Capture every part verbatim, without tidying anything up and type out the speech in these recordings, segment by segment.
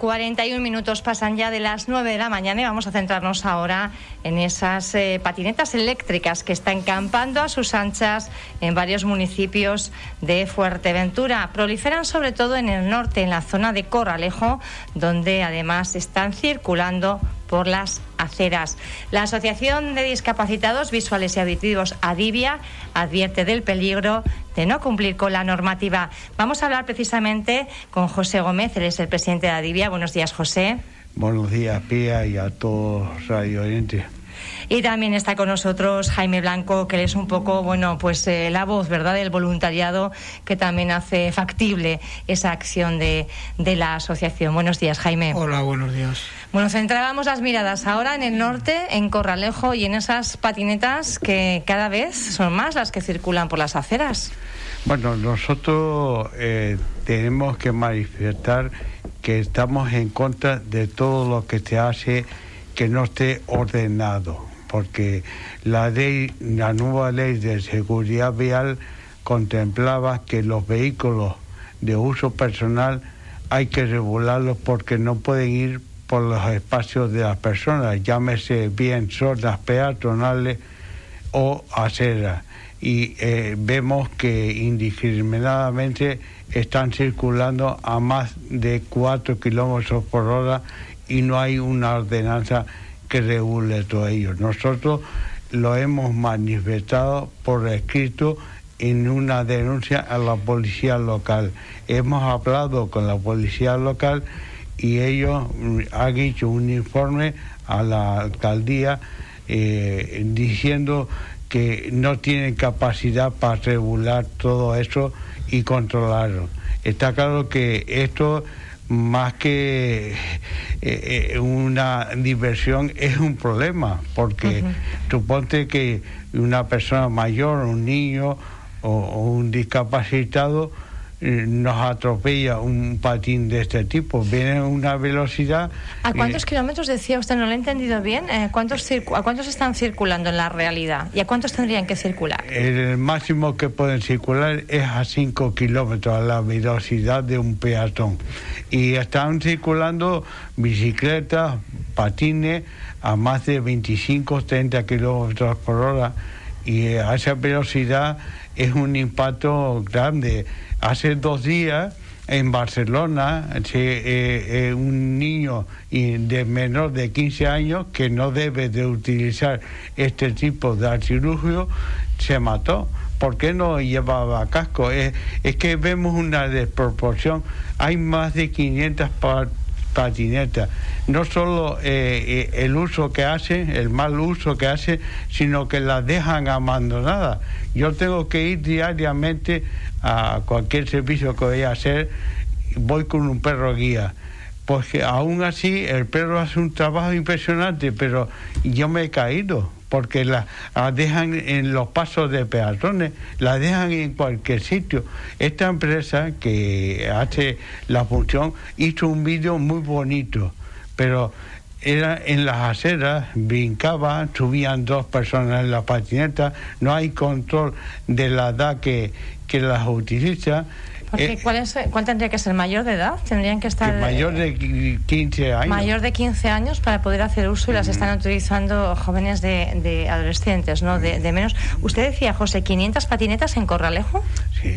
cuarenta y un minutos pasan ya de las nueve de la mañana y vamos a centrarnos ahora en esas eh, patinetas eléctricas que están campando a sus anchas en varios municipios de Fuerteventura. Proliferan sobre todo en el norte, en la zona de Corralejo, donde además están circulando por las aceras. La Asociación de Discapacitados Visuales y Auditivos Adivia advierte del peligro de no cumplir con la normativa. Vamos a hablar precisamente con José Gómez, él es el presidente de Adivia. Buenos días, José. Buenos días, Pía, y a todos los radio oyentes. Y también está con nosotros Jaime Blanco, que él es un poco, bueno, pues eh, la voz, ¿verdad?, del voluntariado que también hace factible esa acción de, de la asociación. Buenos días, Jaime. Hola, buenos días. Bueno, centrábamos las miradas ahora en el norte, en Corralejo, y en esas patinetas que cada vez son más las que circulan por las aceras. Bueno, nosotros eh, tenemos que manifestar que estamos en contra de todo lo que se hace que no esté ordenado, porque la ley, la nueva ley de seguridad vial contemplaba que los vehículos de uso personal hay que regularlos porque no pueden ir por los espacios de las personas, llámese bien zonas peatonales o aceras, y eh, vemos que indiscriminadamente están circulando a más de cuatro kilómetros por hora y no hay una ordenanza que regule todo ello. Nosotros lo hemos manifestado por escrito en una denuncia a la policía local. Hemos hablado con la policía local y ellos han hecho un informe a la alcaldía eh, diciendo que no tienen capacidad para regular todo eso y controlarlo. Está claro que esto, más que eh, eh, una diversión, es un problema, porque uh-huh. suponte que una persona mayor, un niño o, o un discapacitado eh, nos atropella un patín de este tipo, viene a una velocidad. ¿A cuántos eh, kilómetros decía usted? ¿No lo he entendido bien? Eh, ¿cuántos circu- ¿A cuántos están circulando en la realidad? ¿Y a cuántos tendrían que circular? El máximo que pueden circular es a cinco kilómetros a la velocidad de un peatón. Y están circulando bicicletas, patines a más de veinticinco, treinta kilómetros por hora, y a esa velocidad es un impacto grande. Hace dos días en Barcelona se, eh, eh, un niño de menor de quince años que no debe de utilizar este tipo de artilugio se mató. ¿Por qué no llevaba casco? Es, es que vemos una desproporción. Hay más de quinientas pa- patinetas. No solo eh, eh, el uso que hacen, el mal uso que hacen, sino que las dejan abandonadas. Yo tengo que ir diariamente a cualquier servicio que vaya a hacer, voy con un perro guía. Porque aún así el perro hace un trabajo impresionante, pero yo me he caído, porque la, la dejan en los pasos de peatones, la dejan en cualquier sitio. Esta empresa que hace la función hizo un vídeo muy bonito, pero era en las aceras, brincaban, subían dos personas en la patineta, no hay control de la edad que, que las utiliza. Porque, eh, ¿cuál, es, ¿Cuál tendría que ser? ¿Mayor de edad? ¿Tendrían que estar...? Mayor de quince años. Mayor de quince años para poder hacer uso, y las están utilizando jóvenes de, de adolescentes, ¿no? De, de menos. Usted decía, José, ¿quinientas patinetas en Corralejo? Sí,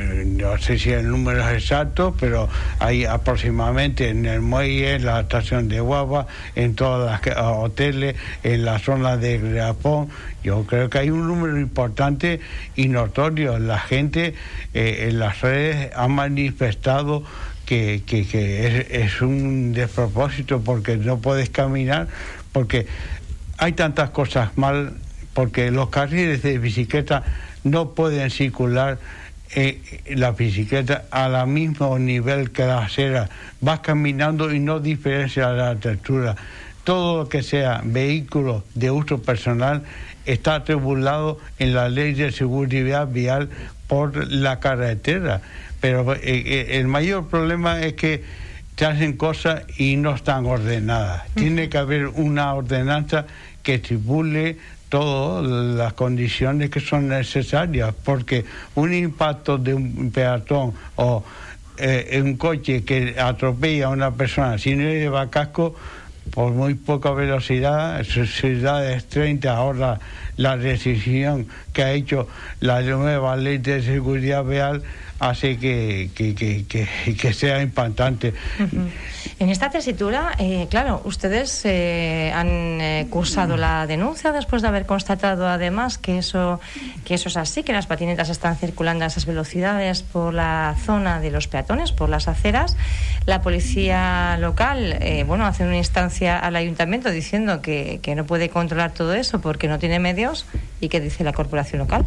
no sé si el número es exacto, pero hay aproximadamente en el muelle, en la estación de Guagua, en todos los hoteles, en la zona de Grapón. Yo creo que hay un número importante y notorio. La gente eh, en las redes ha manifestado que, que, que es, es un despropósito, porque no puedes caminar, porque hay tantas cosas mal, porque los carriles de bicicleta no pueden circular eh, la bicicleta a la mismo nivel que la acera. Vas caminando y no diferencia la textura. Todo lo que sea vehículo de uso personal está regulado en la ley de seguridad vial por la carretera. Pero eh, el mayor problema es que se hacen cosas y no están ordenadas. Tiene que haber una ordenanza que estipule todas las condiciones que son necesarias, porque un impacto de un peatón o eh, un coche que atropella a una persona si no lleva casco, por muy poca velocidad, ciudades treinta, ahora la decisión que ha hecho la nueva ley de seguridad vial hace que, que, que, que, que sea impactante. Uh-huh. En esta tesitura, eh, claro, ustedes eh, han eh, cursado la denuncia después de haber constatado además que eso, que eso es así, que las patinetas están circulando a esas velocidades por la zona de los peatones, por las aceras. La policía local, eh, bueno, hace una instancia al ayuntamiento diciendo que, que no puede controlar todo eso porque no tiene medios. ¿Y qué dice la corporación local?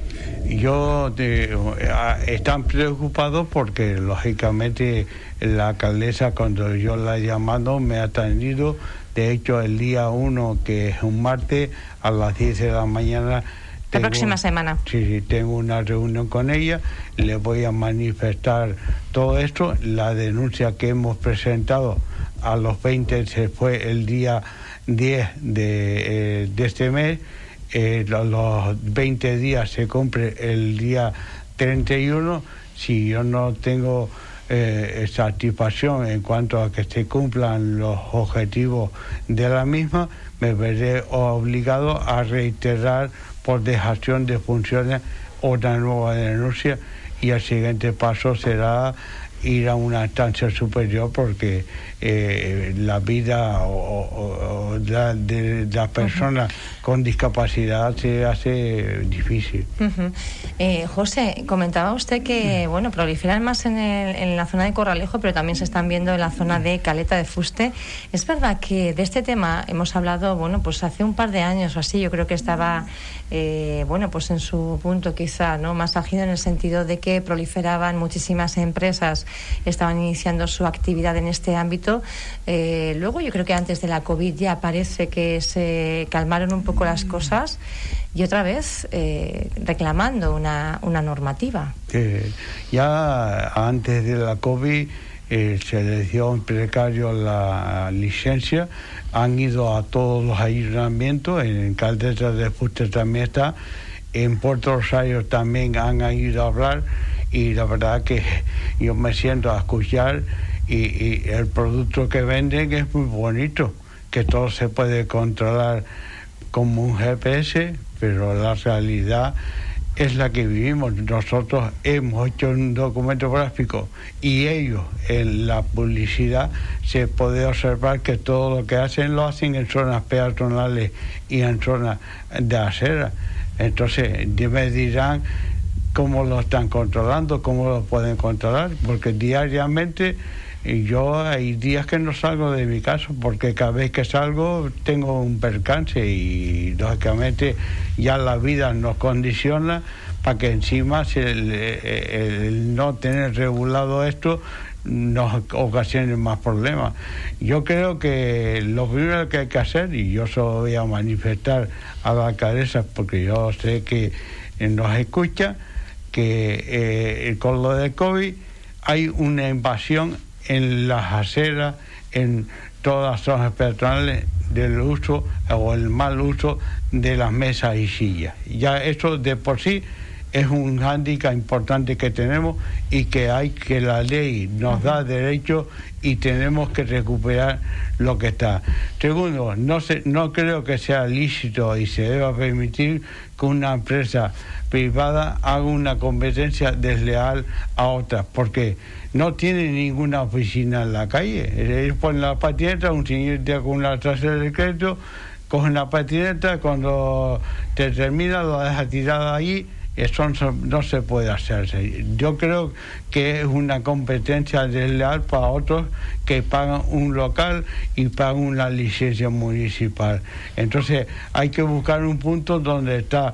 Yo de, están preocupados porque lógicamente la alcaldesa, cuando yo la he llamado, me ha atendido. De hecho, el día uno, que es un martes, a las diez de la mañana, la próxima semana. Sí, sí, tengo una reunión con ella, le voy a manifestar todo esto. La denuncia que hemos presentado a los veinte se fue el día diez de, eh, de este mes. Eh, los, los veinte días se cumple el día treinta y uno. Si yo no tengo eh, satisfacción en cuanto a que se cumplan los objetivos de la misma, me veré obligado a reiterar por dejación de funciones una nueva denuncia, y el siguiente paso será ir a una instancia superior, porque eh, la vida o, o, o la, de las personas uh-huh. con discapacidad se hace difícil. Uh-huh. eh, José, comentaba usted que uh-huh. bueno, proliferan más en, el, en la zona de Corralejo, pero también se están viendo en la zona de Caleta de Fuste. Es verdad que de este tema hemos hablado, bueno, pues hace un par de años o así. Yo creo que estaba eh, bueno, pues en su punto quizá, ¿no?, más álgido, en el sentido de que proliferaban muchísimas empresas, estaban iniciando su actividad en este ámbito. Eh, luego yo creo que antes de la COVID ya parece que se calmaron un poco las cosas, y otra vez eh, reclamando una, una normativa. Eh, ya antes de la COVID eh, se les dio en precario la licencia, han ido a todos los ayuntamientos, en Caleta de Fuste también está, en Puerto Rosario también han ido a hablar, y la verdad que yo me siento a escuchar, y, y el producto que venden es muy bonito, que todo se puede controlar como un G P S, pero la realidad es la que vivimos. Nosotros hemos hecho un documento gráfico, y ellos en la publicidad se puede observar que todo lo que hacen lo hacen en zonas peatonales y en zonas de acera. Entonces me dirán cómo lo están controlando, cómo lo pueden controlar, porque diariamente yo hay días que no salgo de mi casa, porque cada vez que salgo tengo un percance, y lógicamente ya la vida nos condiciona para que encima se, el, el no tener regulado esto nos ocasione más problemas. Yo creo que lo primero que hay que hacer, y yo solo voy a manifestar a la alcaldesa porque yo sé que nos escucha, que eh, con lo del COVID hay una invasión en las aceras, en todas las zonas peatonales, del uso o el mal uso de las mesas y sillas. Ya eso de por sí es un hándicap importante que tenemos, y que hay que la ley nos da derecho, y tenemos que recuperar lo que está. Segundo, no se, no creo que sea lícito y se deba permitir que una empresa privada haga una competencia desleal a otras, porque no tiene ninguna oficina en la calle. Ellos ponen la patineta, un señor con una trasera de crédito, cogen la patineta, cuando te termina lo deja tirada allí. Eso no se puede hacerse. Yo creo que es una competencia desleal para otros que pagan un local y pagan una licencia municipal. Entonces hay que buscar un punto donde está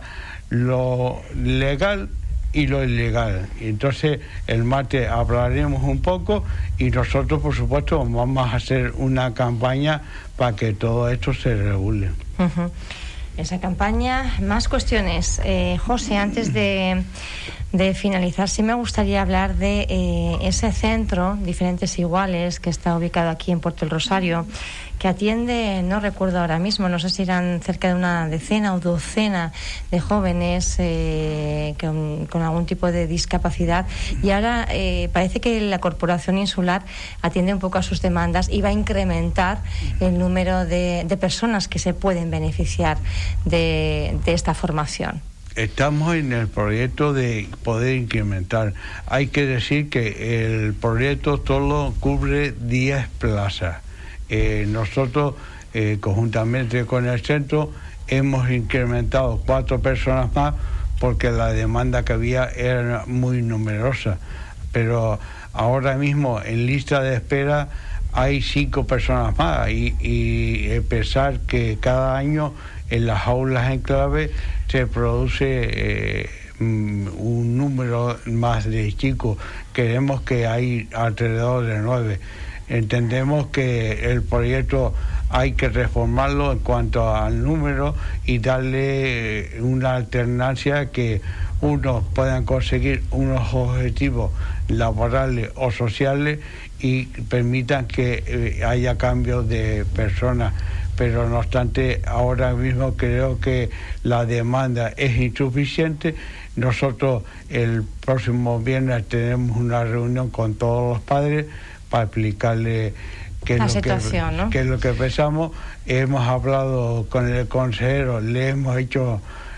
lo legal y lo ilegal. Entonces el martes hablaremos un poco, y nosotros por supuesto vamos a hacer una campaña para que todo esto se regule. Uh-huh. Esa campaña. Más cuestiones. Eh, José, antes de, de finalizar, sí me gustaría hablar de eh, ese centro, Diferentes Iguales, que está ubicado aquí en Puerto del Rosario, que atiende, no recuerdo ahora mismo, no sé si eran cerca de una decena o docena de jóvenes eh, con, con algún tipo de discapacidad, y ahora eh, parece que la Corporación Insular atiende un poco a sus demandas y va a incrementar el número de, de personas que se pueden beneficiar de, de esta formación. Estamos en el proyecto de poder incrementar. Hay que decir que el proyecto solo cubre diez plazas. Eh, nosotros, eh, conjuntamente con el centro, hemos incrementado cuatro personas más porque la demanda que había era muy numerosa. Pero ahora mismo en lista de espera hay cinco personas más y, y pensar que cada año en las aulas en clave se produce eh, un número más de chicos. Queremos que hay alrededor de nueve. Entendemos que el proyecto hay que reformarlo en cuanto al número y darle una alternancia que unos puedan conseguir unos objetivos laborales o sociales y permitan que eh, haya cambios de personas. Pero no obstante, ahora mismo creo que la demanda es insuficiente. Nosotros el próximo viernes tenemos una reunión con todos los padres para explicarles qué es, lo situación, que, ¿no? qué es lo que pensamos. Hemos hablado con el consejero, le hemos hecho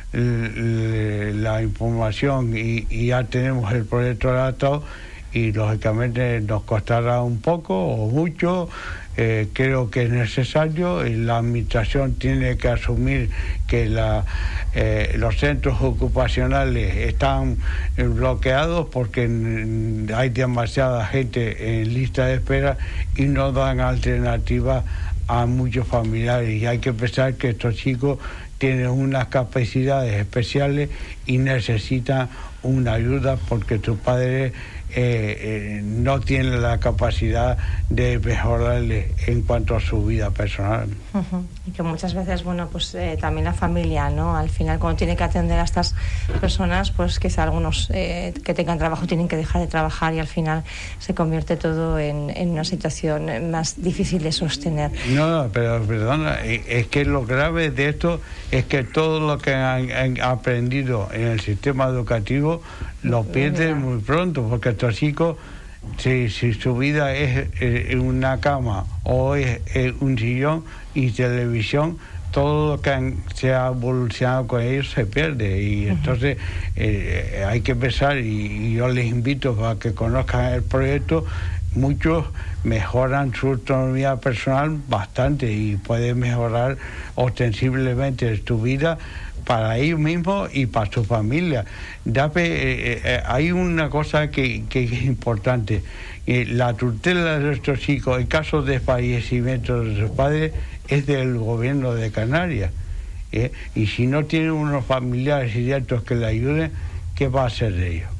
la información y, y ya tenemos el proyecto adaptado, y lógicamente nos costará un poco o mucho. Eh, creo que es necesario, y la administración tiene que asumir que la, eh, los centros ocupacionales están bloqueados porque hay demasiada gente en lista de espera y no dan alternativa a muchos familiares, y hay que pensar que estos chicos tienen unas capacidades especiales y necesitan una ayuda porque sus padres Eh, eh, no tiene la capacidad de mejorarle en cuanto a su vida personal. Uh-huh. Y que muchas veces, bueno, pues eh, también la familia, ¿no? Al final, cuando tiene que atender a estas personas, pues quizá algunos eh, que tengan trabajo tienen que dejar de trabajar, y al final se convierte todo en, en una situación más difícil de sostener. No, pero perdona, es que lo grave de esto es que todo lo que han, han aprendido en el sistema educativo lo pierden muy pronto, porque estos chicos, si, si su vida es en una cama o es, es un sillón y televisión, todo lo que han, se ha evolucionado con ellos se pierde. Y uh-huh. entonces eh, hay que pensar, y, y yo les invito a que conozcan el proyecto. Muchos mejoran su autonomía personal bastante y pueden mejorar ostensiblemente su vida para ellos mismos y para su familia. Dape, eh, eh, hay una cosa que, que es importante. Eh, la tutela de estos chicos en caso de fallecimiento de sus padres es del gobierno de Canarias. Eh, y si no tienen unos familiares directos que le ayuden, ¿qué va a hacer de ellos?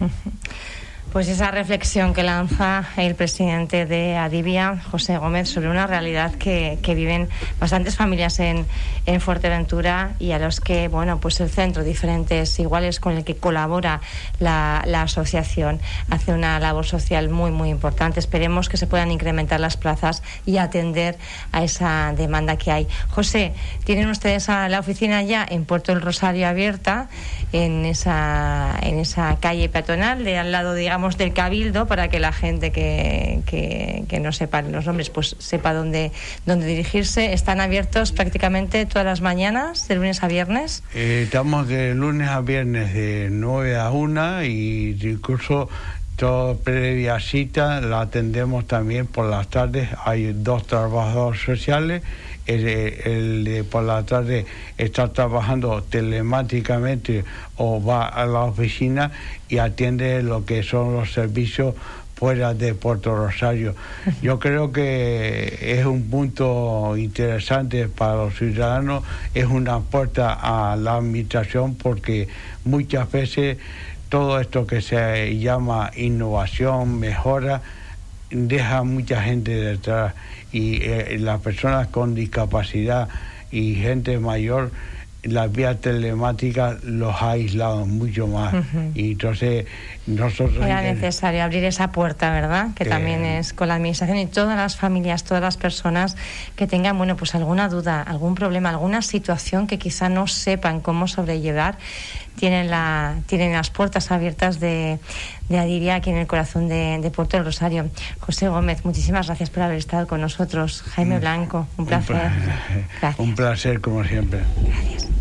Pues esa reflexión que lanza el presidente de Adivia, José Gómez, sobre una realidad que, que viven bastantes familias en, en Fuerteventura, y a los que, bueno, pues el centro Diferentes Iguales, con el que colabora la, la asociación, hace una labor social muy, muy importante. Esperemos que se puedan incrementar las plazas y atender a esa demanda que hay. José, ¿tienen ustedes a la oficina ya en Puerto del Rosario abierta, en esa, en esa calle peatonal de al lado, digamos, del Cabildo, para que la gente que, que, que no sepa los nombres pues sepa dónde, dónde dirigirse? ¿Están abiertos prácticamente todas las mañanas, de lunes a viernes? Eh, estamos de lunes a viernes de nueve a una, y incluso toda previa cita la atendemos también por las tardes. Hay dos trabajadores sociales. El, el de por la tarde está trabajando telemáticamente o va a la oficina y atiende lo que son los servicios fuera de Puerto Rosario. Yo creo que es un punto interesante para los ciudadanos, es una puerta a la administración, porque muchas veces todo esto que se llama innovación, mejora, deja mucha gente detrás, y eh, las personas con discapacidad y gente mayor las vías telemáticas los ha aislado mucho más. Uh-huh. Y entonces nosotros... Era necesario abrir esa puerta, ¿verdad? Que eh, también es con la administración y todas las familias, todas las personas que tengan, bueno, pues alguna duda, algún problema, alguna situación que quizá no sepan cómo sobrellevar, tienen la tienen las puertas abiertas de, de Adiria aquí en el corazón de, de Puerto del Rosario. José Gómez, muchísimas gracias por haber estado con nosotros. Jaime Blanco, un placer. Un, pra- un placer como siempre. Gracias.